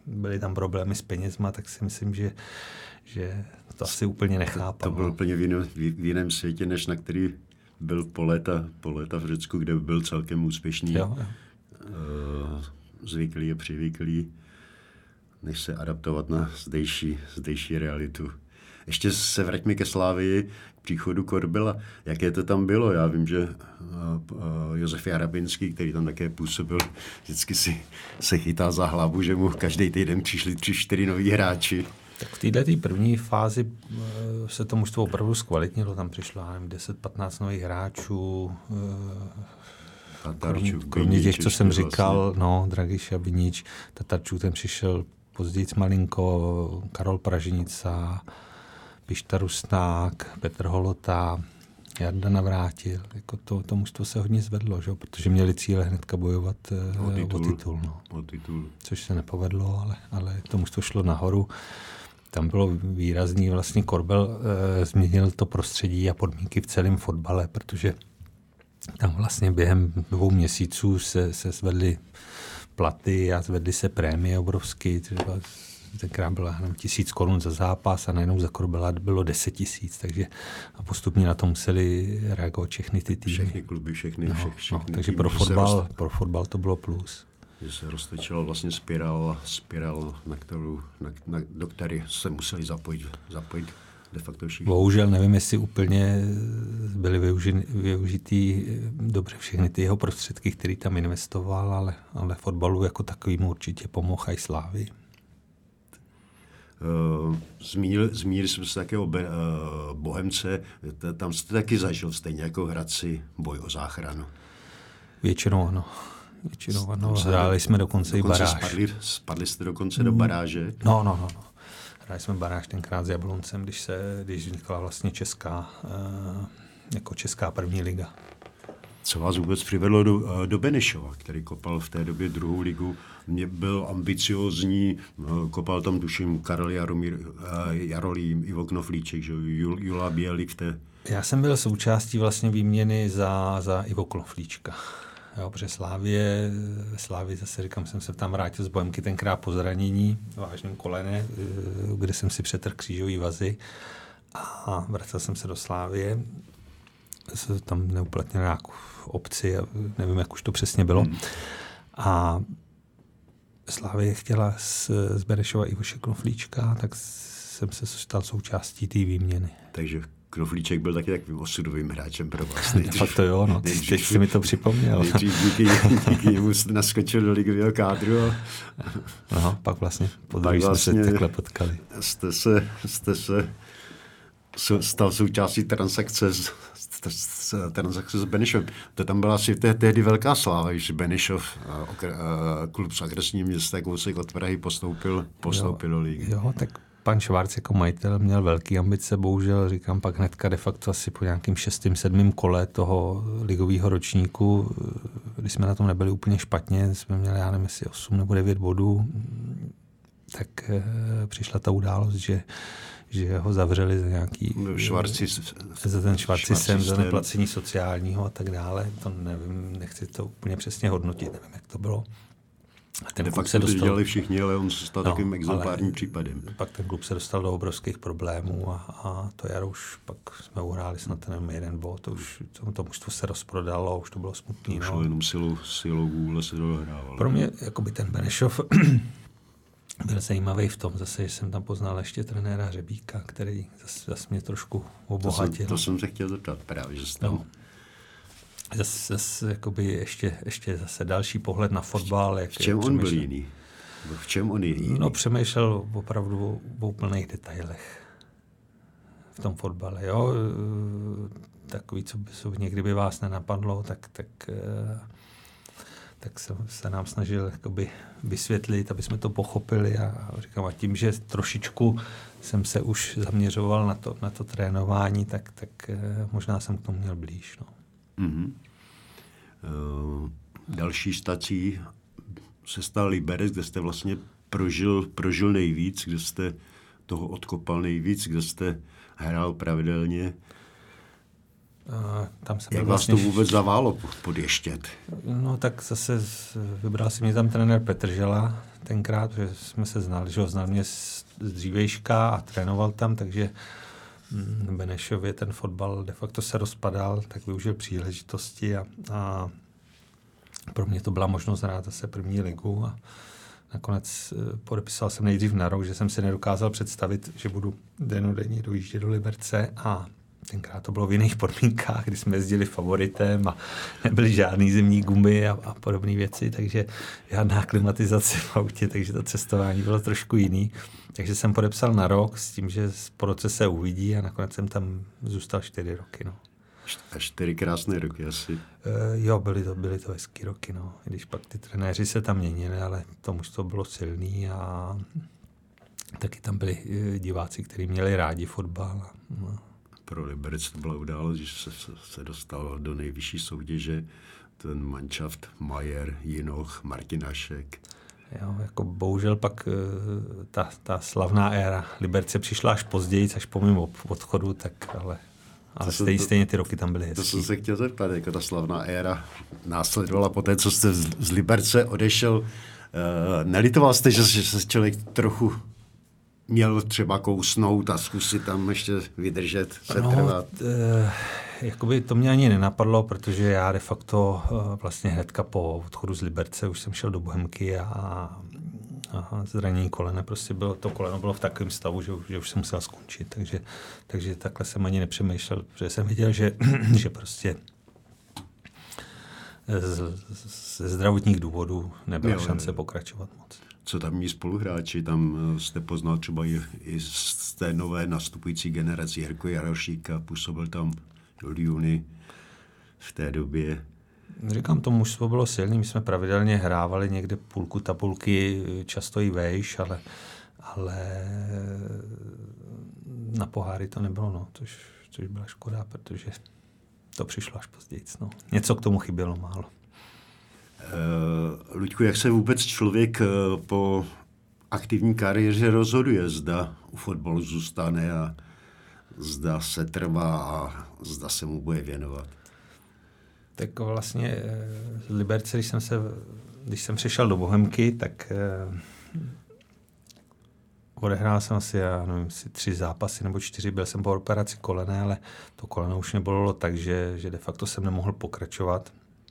byly tam problémy s penězma, tak si myslím, že, že to asi úplně nechápal. To, to bylo úplně v jiném, v jiném světě, než na který byl po léta, po léta v Řecku, kde byl celkem úspěšný. Jo, jo. Zvyklý a přivyklý, než se adaptovat na zdejší, zdejší realitu. Ještě se vraťme ke Slávii, k příchodu Korbela. Jaké to tam bylo? Já vím, že Josef Jarabinský, který tam také působil, vždycky si se chytá za hlavu, že mu každý týden přišli tři, čtyři noví hráči. Tak v této první fázi se to mužstvo opravdu zkvalitnilo. Tam přišlo deset patnáct nových hráčů. Tatarčuk, kromě těch, co jsem říkal, vlastně. no, Dragiš Binič, Tatarčuk, ten přišel později malinko, Karol Praženica, Pišta Rusnák, Petr Holota, Jarda Navrátil. Jako to, to mužstvo se hodně zvedlo, že? Protože měli cíle hnedka bojovat o titul. O titul, no. o titul. Což se nepovedlo, ale, ale to mužstvo šlo nahoru. Tam bylo výrazný, vlastně Korbel e, změnil to prostředí a podmínky v celém fotbale, protože tam vlastně během dvou měsíců se, se zvedly platy a zvedly se prémie obrovsky. Třeba tenkrát byla tisíc korun za zápas a najednou za Korbela bylo deset tisíc, takže a postupně na to museli reagovat všechny ty týmy. Všechny kluby, všechny, no, všechny, všechny no, takže týmy, pro fotbal, roz... pro fotbal to bylo plus. Že se roztočila vlastně spirál, spirál na kterou, na, na, do které se museli zapojit, zapojit de facto všichni. Bohužel nevím, jestli úplně byly využi, využitý dobře všechny ty jeho prostředky, který tam investoval, ale, ale fotbalu jako takovým určitě pomohl i Slávii. Uh, zmínili, zmínili jsme se také o Be, uh, Bohemce, T- tam jste taky zažil stejně jako v Hradci boj o záchranu. Většinou ano. Většinou ano. Hráli jsme dokonce, dokonce i baráž. Spadli, spadli jste dokonce mm. do baráže? No, no, no. no. Hráli jsme baráž tenkrát s Jabloncem, když, se, když vznikla vlastně česká, uh, jako česká první liga. Co vás vůbec přivedlo do, do Benešova, který kopal v té době druhou ligu? Mě byl ambiciózní, kopal tam tuším Karel Jaromír, Jarolím, Ivo Knoflíček, že Jul, Jula Bělik v té... Já jsem byl součástí vlastně výměny za, za Ivo Knoflíčka. Jo, protože Slávě, Slávě zase říkám, jsem se tam vrátil z Bohemky tenkrát po zranění, vážném kolene, kde jsem si přetrhl křížový vazy a vracel jsem se do Slávie. Se tam neuplatnil nějakou obci, nevím, jak už to přesně bylo. Hmm. A Slávie chtěla z, z Benešova Ivoše Knoflíčka, tak jsem se stal součástí té výměny. Takže Knoflíček byl taky takovým osudovým hráčem pro vás. Nejdřív, fakt to jo, no, nejdřív, teď jsi mi to připomněl. Nejdřív díky, díky němu naskočil do ligového kádru. A... Aha, pak vlastně podruhé vlastně jsme se takhle potkali. Jste se, jste se stal součástí transakce s, s, transakce s Benešovem. To tam byla asi tehdy velká sláva, když Benešov, klub z agresního města, kousek od Prahy, postoupil, postoupil do ligy. Jo, tak pan Švárc jako majitel měl velký ambice, bohužel, říkám, pak hnedka de facto asi po nějakým šestým, sedmým kole toho ligového ročníku, když jsme na tom nebyli úplně špatně, jsme měli, já nevím, jestli osm nebo devět bodů, tak e, přišla ta událost, že že ho zavřeli za nějaký... Švarci, za ten švarcisem, za neplacení sociálního a tak dále. To nevím, nechci to úplně přesně hodnotit, nevím, jak to bylo. A ten klub se dostal... dělali všichni, ale on se stal no, takovým exemplárním případem. Pak ten klub se dostal do obrovských problémů a, a to jaro už pak jsme uhráli snad ten jeden bod, to už to, to mužstvo se rozprodalo, už to bylo smutný. To už no. jenom silou, silou vůle se dohrávalo. Pro mě jakoby ten Benešov byl zajímavý v tom zase, že jsem tam poznal ještě trenéra Hřebíka, který zase, zase mě trošku obohatil. To jsem, to jsem se chtěl zeptat právě, že jsi tam... No. Zase, zase jakoby ještě, ještě zase další pohled na fotbal. Jak v čem on byl jiný? V čem on je jiný? No přemýšlel opravdu o, o úplných detailech v tom fotbale. Jo? Takový, co by, co by někdy by vás nenapadlo, tak... tak tak se, se nám snažil jakoby vysvětlit, aby jsme to pochopili a, a říkám, a tím, že trošičku jsem se už zaměřoval na to, na to trénování, tak, tak eh, možná jsem k tomu měl blíž. No. Mm-hmm. Uh, další stací se stal Liberec, kde jste vlastně prožil, prožil nejvíc, kde jste toho odkopal nejvíc, kde jste hrál pravidelně. Uh, tam jsem Jak vlastně vás to vůbec zaválo podještět? No tak zase vybral si mě tam trenér Petržela, tenkrát, že jsme se znali, že ho znal mě z, z dřívejška a trénoval tam, takže v Benešově ten fotbal de facto se rozpadal, tak využil příležitosti a, a pro mě to byla možnost hrát zase první ligu a nakonec podepisoval jsem nejdřív na rok, že jsem si nedokázal představit, že budu denodenně dojíždět do Liberce a tenkrát to bylo v jiných podmínkách, kdy jsme jezdili favoritem a nebyly žádný zimní gumy a, a podobné věci, takže žádná klimatizace v autě, takže to cestování bylo trošku jiný. Takže jsem podepsal na rok s tím, že po roce se uvidí a nakonec jsem tam zůstal čtyři roky. No. A čtyři krásné roky asi. Uh, jo, byly to, byly to hezký roky, no. I když pak ty trenéři se tam měnili, ale to mužstvo bylo silný a taky tam byli diváci, kteří měli rádi fotbal. No. Pro Liberec to byla událost, že se, se dostal do nejvyšší soutěže ten manšaft Majer, Jinoch, Martinašek. Jo, jako bohužel pak ta, ta slavná éra Liberce přišla až později, až po mým odchodu, tak ale, ale stejně, stejně ty roky tam byly hezký. To jsem se chtěl zeptat, jako ta slavná éra následovala po té, co jste z, z Liberce odešel. Uh, nelitoval jste, že, že se člověk trochu měl třeba kousnout a zkusit tam ještě vydržet, setrvat? No, e, jakoby to mě ani nenapadlo, protože já de facto e, vlastně hnedka po odchodu z Liberce už jsem šel do Bohemky a, a zranění kolene, prostě bylo, to koleno bylo v takovém stavu, že, že už jsem musel skončit, takže, takže takhle jsem ani nepřemýšlel, protože jsem viděl, že, že prostě ze zdravotních důvodů nebyla šance pokračovat moc. Co tam mý spoluhráči, tam jste poznal třeba i, i z té nové nastupující generaci Jirku Jarošíka, působil tam do Juny v té době. Říkám, to mužstvo bylo silný, my jsme pravidelně hrávali někde půlku tabulky, často i vejš, ale, ale na poháry to nebylo, no, což, což byla škoda, protože to přišlo až později. No. Něco k tomu chybělo málo. Uh, Luďku, jak se vůbec člověk uh, po aktivní kariéře rozhoduje, zda u fotbalu zůstane a zda se trvá a zda se mu bude věnovat? Tak vlastně z Liberce, když jsem, se, když jsem přišel do Bohemky, tak uh, odehrál jsem asi, já nevím, si tři zápasy nebo čtyři, byl jsem po operaci kolene, ale to koleno už nebolelo tak, že, že de facto jsem nemohl pokračovat.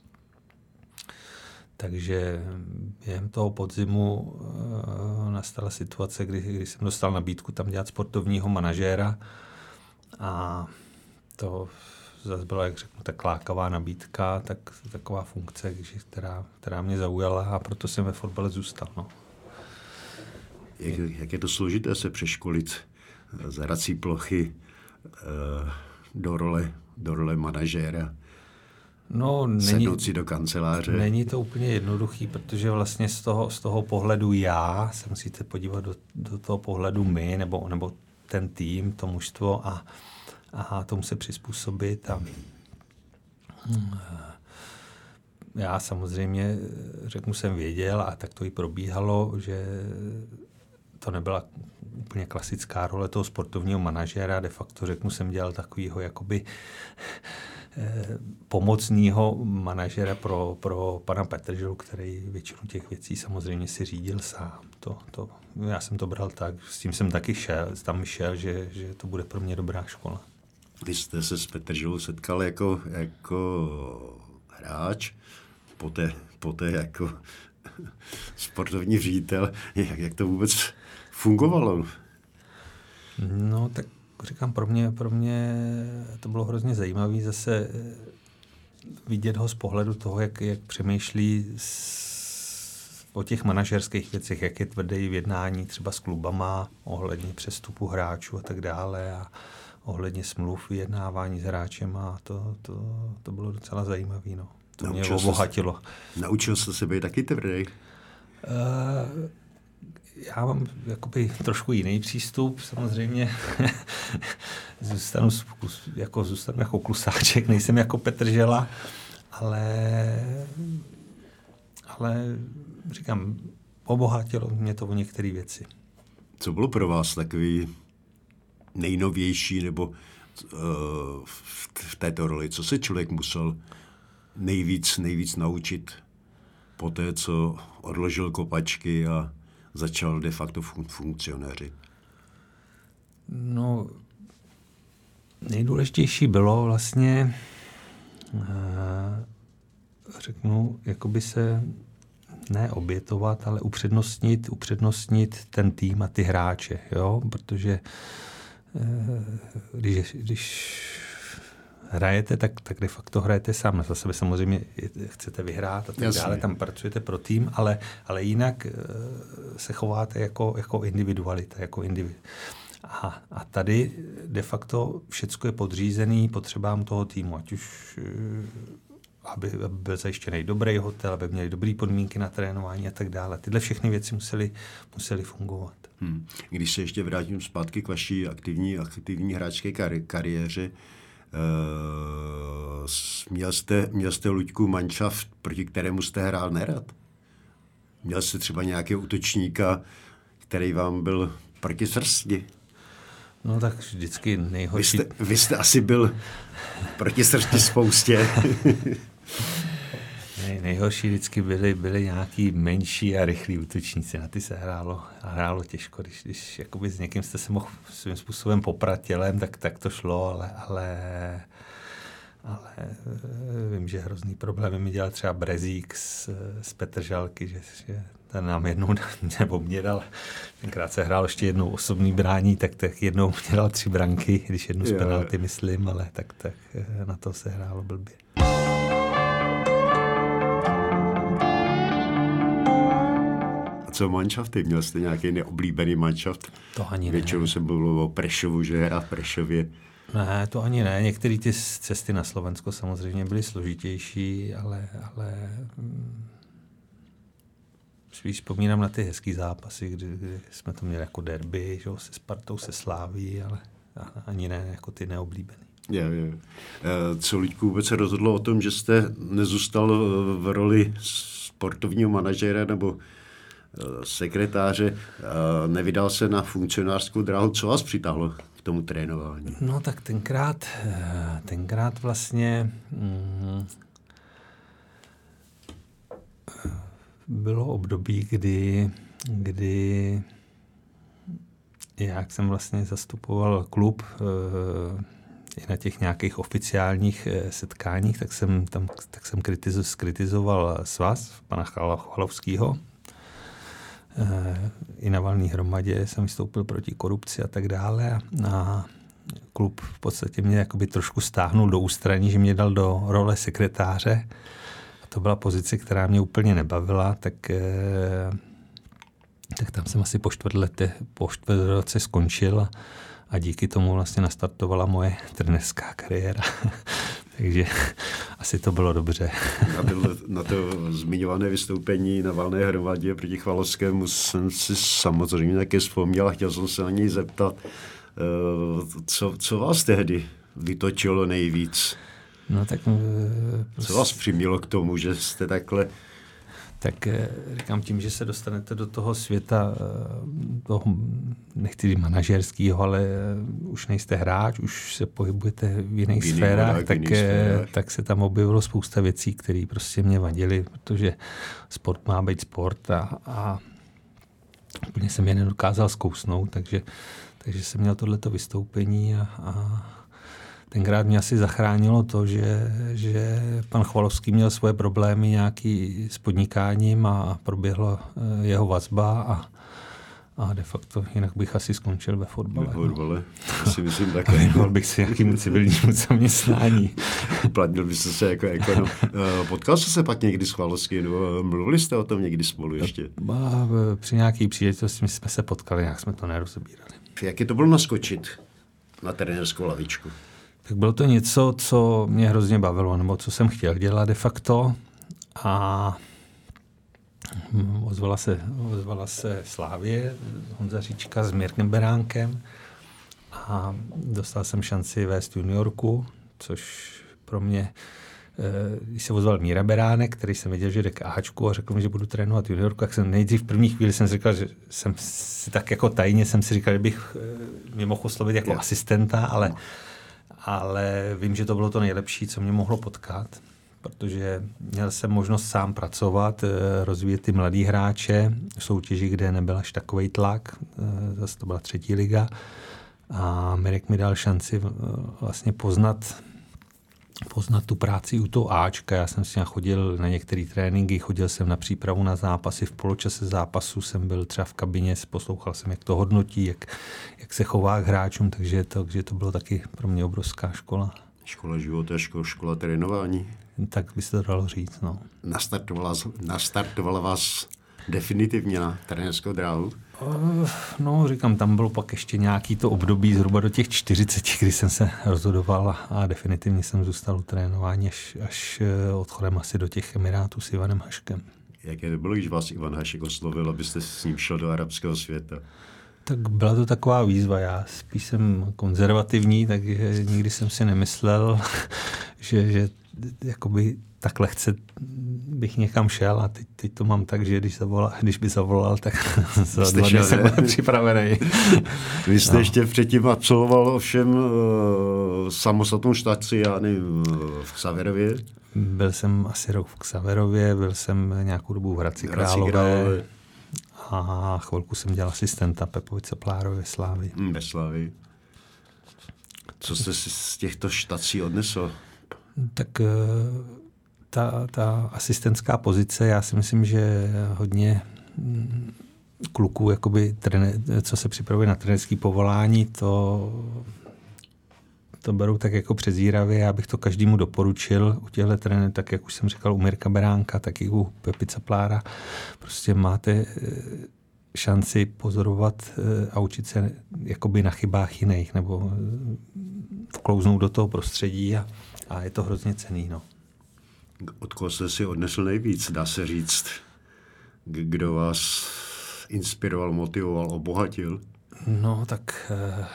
Takže během toho podzimu uh, nastala situace, kdy, kdy jsem dostal nabídku tam dělat sportovního manažéra a to zase byla, jak řeknu, tak lákavá nabídka, tak, taková funkce, která, která mě zaujala a proto jsem ve fotbale zůstal. No. Jak, jak je to složité se přeškolit z hrací plochy uh, do role, do role manažéra? No, není, sednout si do kanceláře. Není to úplně jednoduchý, protože vlastně z toho, z toho pohledu já se musíte podívat do, do toho pohledu my, nebo, nebo ten tým, to mužstvo a, a tomu se přizpůsobit. A, já samozřejmě, řeknu, jsem věděl a tak to i probíhalo, že to nebyla úplně klasická role toho sportovního manažéra. De facto, řeknu, jsem dělal takovýho jakoby pomocného manažera pro, pro pana Petrželu, který většinu těch věcí samozřejmě si řídil sám. To, to, já jsem to bral tak, s tím jsem taky šel, tam šel, že, že to bude pro mě dobrá škola. Vy jste se s Petrželou setkal jako, jako hráč, poté, poté jako sportovní ředitel. Jak, jak to vůbec fungovalo? No tak říkám, pro mě, pro mě to bylo hrozně zajímavé zase vidět ho z pohledu toho, jak, jak přemýšlí s, o těch manažerských věcech, jak je tvrdý v jednání třeba s klubama ohledně přestupu hráčů a tak dále a ohledně smluv, vyjednávání s hráčem a to, to, to bylo docela zajímavé. No. To naučil mě obohatilo. Se, naučil jste se být taky tvrdý? Uh, Já mám jakoby trošku jiný přístup, samozřejmě zůstanu jako, zůstanu jako klusáček, nejsem jako Petržela, ale, ale říkám, obohatilo mě to o některé věci. Co bylo pro vás takový nejnovější nebo uh, v této roli? Co se člověk musel nejvíc, nejvíc naučit po té, co odložil kopačky a začal de facto fun- funkcionéřit? No, nejdůležitější bylo vlastně, řeknu, jakoby se ne obětovat, ale upřednostnit, upřednostnit ten tým a ty hráče, jo, protože když, když hrajete, tak, tak de facto hrajete sám. Za sebe samozřejmě chcete vyhrát a tak Jasně. dále, tam pracujete pro tým, ale, ale jinak se chováte jako, jako individualita, jako individu. A, a tady de facto všecko je podřízený potřebám toho týmu, ať už aby byl zajištěný dobrý hotel, aby měli dobré podmínky na trénování a tak dále. Tyhle všechny věci musely, musely fungovat. Hmm. Když se ještě vrátím zpátky k vaší aktivní, aktivní hráčské kari- kariéře, uh, měl jste, měl jste, Luďku, manšaft, proti kterému jste hrál nerad? Měl jste třeba nějakého útočníka, který vám byl proti srsti? No tak vždycky nejhorší... Vy jste, vy jste asi byl proti srsti spoustě. Nej, nejhorší vždycky byly, byly nějaký menší a rychlí útočníci. Na ty se hrálo, hrálo těžko. Když, když jakoby s někým jste se mohl svým způsobem poprat tělem, tak, tak to šlo, ale, ale, ale vím, že hrozný problémy mi dělal třeba Brezík z, z Petržalky, že, že ten nám jednou, nebo mě dal, tenkrát se hrál ještě jednou osobní brání, tak, tak jednou mě dal tři branky, když jednu z penalty myslím, ale tak, tak na to se hrálo blbě. Co manšafty? Měl jste nějaký neoblíbený manšaft? To ani ne. Většinou se bylo o Prešovu, že hra v Prešově. Ne, to ani ne. Některé ty cesty na Slovensko samozřejmě byly složitější, ale, ale spíš vzpomínám na ty hezký zápasy, kdy, kdy jsme to měli jako derby, že, se Spartou, se Sláví, ale ani ne jako ty neoblíbený. Je, je. Co, Luďku, vůbec se rozhodlo o tom, že jste nezůstal v roli sportovního manažera nebo sekretáře, nevydal se na funkcionářskou dráhu? Co vás přitáhlo k tomu trénování? No tak tenkrát, tenkrát vlastně mm, bylo období, kdy, kdy jak jsem vlastně zastupoval klub i na těch nějakých oficiálních setkáních, tak jsem tam tak jsem kritizoval svaz pana Chalovského. I na valné hromadě jsem vystoupil proti korupci a tak dále. A klub v podstatě mě jakoby trošku stáhnul do ústraní, že mě dal do role sekretáře. A to byla pozice, která mě úplně nebavila, tak, tak tam jsem asi po čtvrt letě, po čtvrt roce skončil a, a díky tomu vlastně nastartovala moje trenérská kariéra. Takže asi to bylo dobře. Na, byl, na to zmiňované vystoupení na valné hromadě proti Chvalovskému jsem si samozřejmě také vzpomněl a chtěl jsem se na něj zeptat, co, co vás tehdy vytočilo nejvíc? No tak... Co vás přimělo k tomu, že jste takhle... Tak říkám tím, že se dostanete do toho světa, toho, nechci říct manažerského, ale už nejste hráč, už se pohybujete v jiných v sférách, tak, tak se tam objevilo spousta věcí, které prostě mě vadily, protože sport má být sport a, a úplně jsem je nedokázal zkousnout, takže, takže jsem měl tohleto vystoupení a, a tenkrát mě asi zachránilo to, že, že pan Chvalovský měl svoje problémy nějaký s podnikáním a proběhla jeho vazba a, a de facto jinak bych asi skončil ve fotbale. Ve fotbale, no. Si myslím také. Věnoval bych si nějakému civilnímu zaměstnání. Uplatnil byste se jako ekonom. Potkal jste se pak někdy s Chvalovským, nebo mluvili jste o tom někdy spolu ještě? A při nějaký příležitosti jsme se potkali, nějak jsme to nerozebírali. Jak je to bylo naskočit na trenérskou lavičku? Tak bylo to něco, co mě hrozně bavilo, nebo co jsem chtěl dělat de facto. A ozvala se, ozvala se Slávě, Honza Říčka s Mirkem Beránkem a dostal jsem šanci vést juniorku, což pro mě, když se ozval Míra Beránek, který jsem viděl, že jde k Ačku a řekl mi, že budu trénovat juniorku, tak jsem nejdřív v první chvíli jsem si říkal, že jsem si tak jako tajně jsem si říkal, že bych mě mohl oslovit jako asistenta, ale ale vím, že to bylo to nejlepší, co mě mohlo potkat, protože měl jsem možnost sám pracovat, rozvíjet ty mladý hráče v soutěži, kde nebyl až takovej tlak, zase to byla třetí liga a Mirek mi dal šanci vlastně poznat poznat tu práci u toho Ačka. Já jsem si chodil na některé tréninky, chodil jsem na přípravu na zápasy, v poločase zápasu jsem byl třeba v kabině, poslouchal jsem, jak to hodnotí, jak, jak se chová k hráčům, takže to, takže to bylo taky pro mě obrovská škola. Škola života, škola, škola trénování. Tak by se to dalo říct, no. Nastartovala, nastartovala vás definitivně na trenérskou dráhu? No, říkám, tam bylo pak ještě nějaký to období zhruba do těch čtyřiceti, kdy jsem se rozhodoval a definitivně jsem zůstal u trénování až, až odchodem asi do těch Emirátů s Ivanem Haškem. Jaké to bylo, když vás Ivan Hašek oslovil, abyste s ním šel do arabského světa? Tak byla to taková výzva. Já spíš jsem konzervativní, takže nikdy jsem si nemyslel, že, že jakoby tak lehce bych někam šel a teď, teď to mám tak, že když, zavolal, když by zavolal, tak za dva dny jsem byl připravený. Vy jste no. ještě předtím absolvoval ovšem uh, samostatnou štaci, já nevím, v Xaverově? Byl jsem asi rok v Xaverově, byl jsem nějakou dobu v Hradci Králové, Králové a chvilku jsem dělal asistenta Pepovi Caplárovi ve Slávii. Hmm, ve Slávii. Co jste si z těchto štací odnesl? Tak ta, ta asistentská pozice, já si myslím, že hodně kluků, jakoby, co se připravuje na trenérské povolání, to, to berou tak jako přezíravě. Já bych to každému doporučil. U těchto trenérů, tak jak už jsem říkal, u Mirka Beránka, tak i u Pepy Caplára. Prostě máte šanci pozorovat a učit se jakoby na chybách jiných, nebo vklouznout do toho prostředí a A je to hrozně cenný, no. Od koho jste si odnesl nejvíc, dá se říct? Kdo vás inspiroval, motivoval, obohatil? No, tak uh,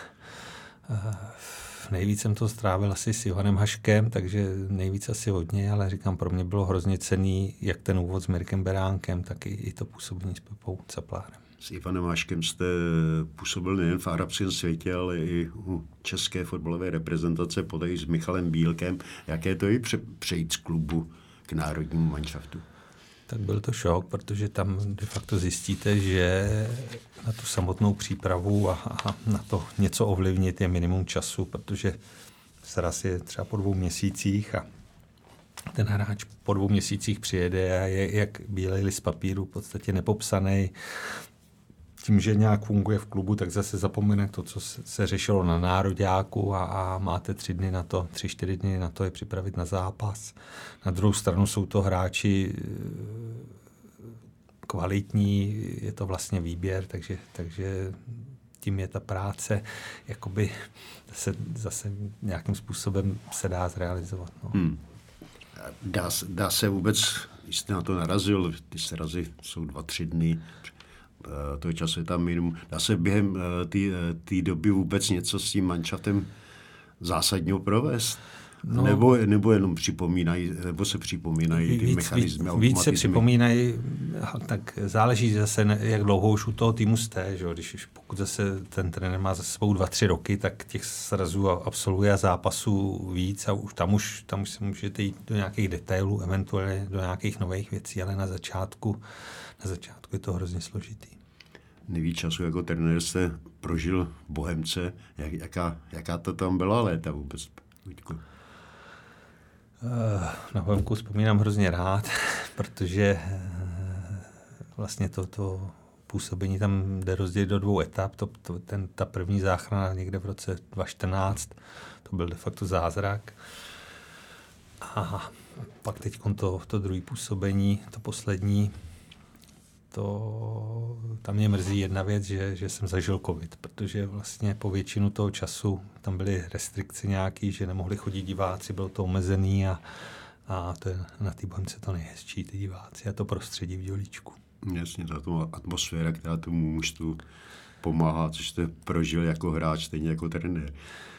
uh, nejvíc jsem to strávil asi s Ivanem Haškem, takže nejvíc asi hodně, ale říkám, pro mě bylo hrozně cenný, jak ten úvod s Mirkem Beránkem, tak i, i to působení s Pepou Caplárem. S Ivanem Haškem jste působil nejen v arabském světě, ale i u české fotbalové reprezentace, poté i s Michalem Bílkem. Jaké to je přejít z klubu k národnímu manšaftu? Tak byl to šok, protože tam de facto zjistíte, že na tu samotnou přípravu a, a na to něco ovlivnit je minimum času, protože sraz je třeba po dvou měsících a ten hráč po dvou měsících přijede a je jak bílej list papíru, v podstatě nepopsaný. Tím, že nějak funguje v klubu, tak zase zapomene to, co se řešilo na nároďáku a, a máte tři dny na to, tři, čtyři dny na to je připravit na zápas. Na druhou stranu jsou to hráči kvalitní, je to vlastně výběr, takže, takže tím je ta práce, jakoby zase, zase nějakým způsobem se dá zrealizovat. No. Hmm. Dá, dá se vůbec, když jste na to narazil, ty srazy jsou dva, tři dny, toho času je tam minimum. Dá se během té doby vůbec něco s tím manšaftem zásadního provést? No, nebo, nebo jenom připomínají, nebo se připomínají ty víc, mechanismy, víc, víc se připomínají, tak záleží zase, jak dlouho už u toho týmu jste, že? Když pokud zase ten trenér má za sebou dva, tři roky, tak těch srazů absolvuje zápasů víc a už tam už, tam už se můžete jít do nějakých detailů, eventuálně do nějakých nových věcí, ale na začátku, na začátku je to hrozně složitý. Nejvíc času jako trenér jste prožil v Bohemce. Jak, jaká, jaká to tam byla léta vůbec? Luďku? Na Bohemku vzpomínám hrozně rád, protože vlastně to, to působení tam jde rozdělit do dvou etap. To, to, ten, ta první záchrana někde v roce dva tisíce čtrnáct, to byl de facto zázrak. A pak teď to, to druhé působení, to poslední, to, tam mě mrzí jedna věc, že, že jsem zažil covid, protože vlastně po většinu toho času tam byly restrikce nějaký, že nemohli chodit diváci, bylo to omezený a, a to je na té Bohemce to nejhezčí, ty diváci a to prostředí v Dělíčku. Jasně, ta atmosféra, která tomu mužstvu pomáhá, což jste prožil jako hráč, stejně jako trenér. E,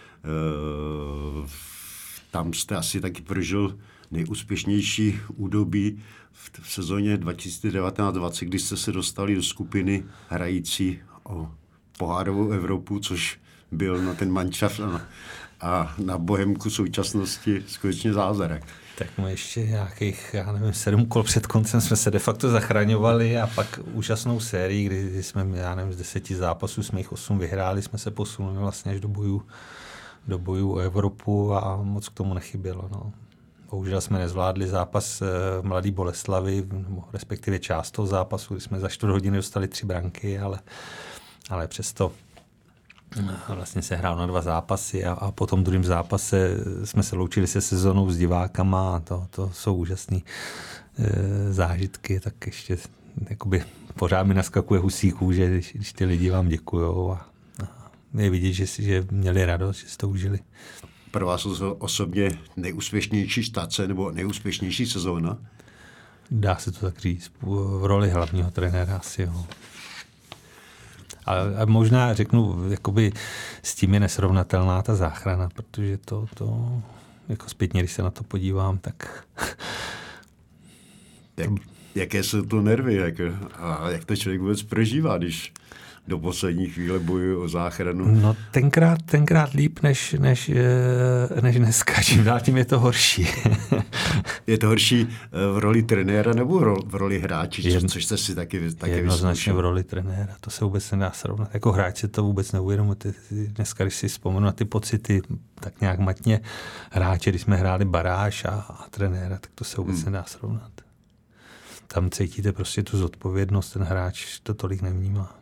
tam jste asi taky prožil nejúspěšnější údobí v, v sezóně dva tisíce devatenáct dvacet, kdy jste se dostali do skupiny hrající o pohárovou Evropu, což byl na ten manšaft a, a na Bohemku současnosti skutečně zázrak. Tak my ještě nějakých, já nevím, sedm kol před koncem jsme se de facto zachraňovali a pak úžasnou sérii, kdy jsme, já nevím, z deseti zápasů jsme jich osm vyhráli, jsme se posunuli vlastně až do bojů, do bojů o Evropu a moc k tomu nechybělo. No. Bohužel jsme nezvládli zápas Mladý Boleslavy, respektive část toho zápasu, kdy jsme za čtvrt hodiny dostali tři branky, ale, ale přesto vlastně se hrál na dva zápasy a, a po tom druhém zápase jsme se loučili se sezónou s divákama a to, to jsou úžasné e, zážitky, tak ještě jakoby pořád mi naskakuje husí kůže, když, když ty lidi vám děkujou a, a je vidět, že, si, že měli radost, že si to užili. Pro vás osobně nejúspěšnější štace nebo nejúspěšnější sezóna? Dá se to tak říct, v roli hlavního trenéra asi, jo. A, a možná řeknu, jakoby s tím je nesrovnatelná ta záchrana, protože to, to jako zpětně, když se na to podívám, tak... Jak, jaké jsou to nervy, jak, a jak to člověk vůbec prožívá, když do poslední chvíle bojuje o záchranu? No tenkrát, tenkrát líp, než, než, než dneska, čím dál tím je to horší. Je to horší v roli trenéra nebo v roli hráči, Jedno, což jste si taky, taky jednoznačně v roli trenéra, to se vůbec nedá srovnat. Jako hráč se to vůbec neuvědomuje. Dneska, když si vzpomenu na ty pocity, tak nějak matně hráče, když jsme hráli baráž a, a trenéra, tak to se vůbec hmm. nedá srovnat. Tam cítíte prostě tu zodpovědnost, ten hráč to tolik nevnímá.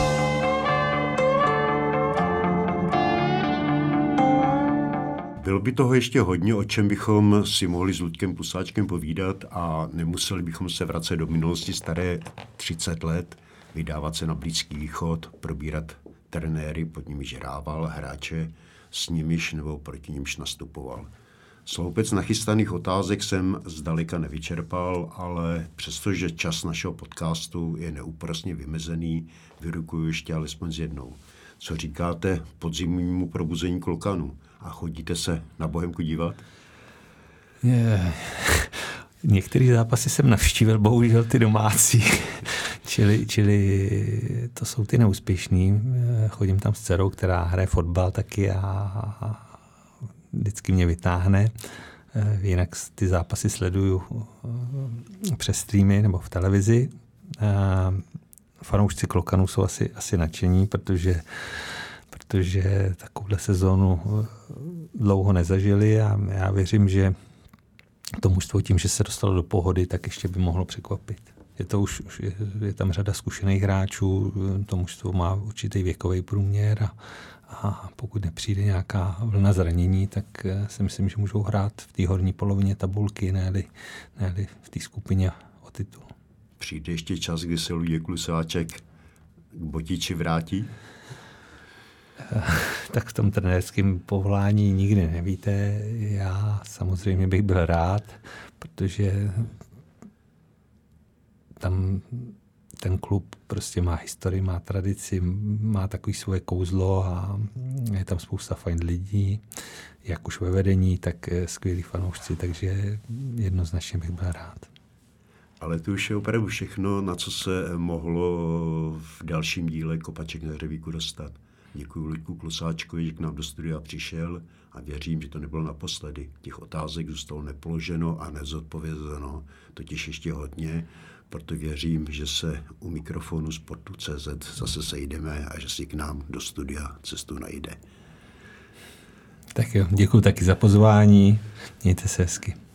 Bylo by toho ještě hodně, o čem bychom si mohli s Luďkem Klusáčkem povídat a nemuseli bychom se vracet do minulosti staré třicet let, vydávat se na Blízký východ, probírat trenéry, pod nimiž hrával, hráče, s nimiž nebo proti nimž nastupoval. Sloupec nachystaných otázek jsem zdaleka nevyčerpal, ale přestože čas našeho podcastu je neúprosně vymezený, vyrukuju ještě alespoň s jednou. Co říkáte podzimnímu probuzení Klokanů? A chodíte se na Bohemku dívat? Je, některé zápasy jsem navštívil, bohužel ty domácí, čili, čili to jsou ty neúspěšný. Chodím tam s dcerou, která hraje fotbal taky a, a vždycky mě vytáhne. Jinak ty zápasy sleduju přes streamy nebo v televizi. Fanoušci Klokanů jsou asi, asi nadšení, protože protože takovouhle sezónu dlouho nezažili a já věřím, že to mužstvo tím, že se dostalo do pohody, tak ještě by mohlo překvapit. Je to už, už je, je tam řada zkušených hráčů, to mužstvo má určitý věkový průměr a, a pokud nepřijde nějaká vlna zranění, tak si myslím, že můžou hrát v té horní polovině tabulky, ne-li, ne-li v té skupině o titul. Přijde ještě čas, kdy se Luděk Klusáček k Botiči vrátí? Tak v tom trenérském povolání nikdy nevíte. Já samozřejmě bych byl rád, protože tam ten klub prostě má historii, má tradici, má takový svoje kouzlo a je tam spousta fajn lidí, jak už ve vedení, tak skvělí fanoušci, takže jednoznačně bych byl rád. Ale to už je opravdu všechno, na co se mohlo v dalším díle Kopaček na hřebíku dostat. Děkuji Luďku Klusáčkovi, že k nám do studia přišel a věřím, že to nebylo naposledy. Těch otázek zůstalo nepoloženo a nezodpovězeno, totiž ještě hodně, proto věřím, že se u mikrofonu Sportu tečka cé zet zase sejdeme a že si k nám do studia cestu najde. Tak jo, děkuji taky za pozvání, mějte se hezky.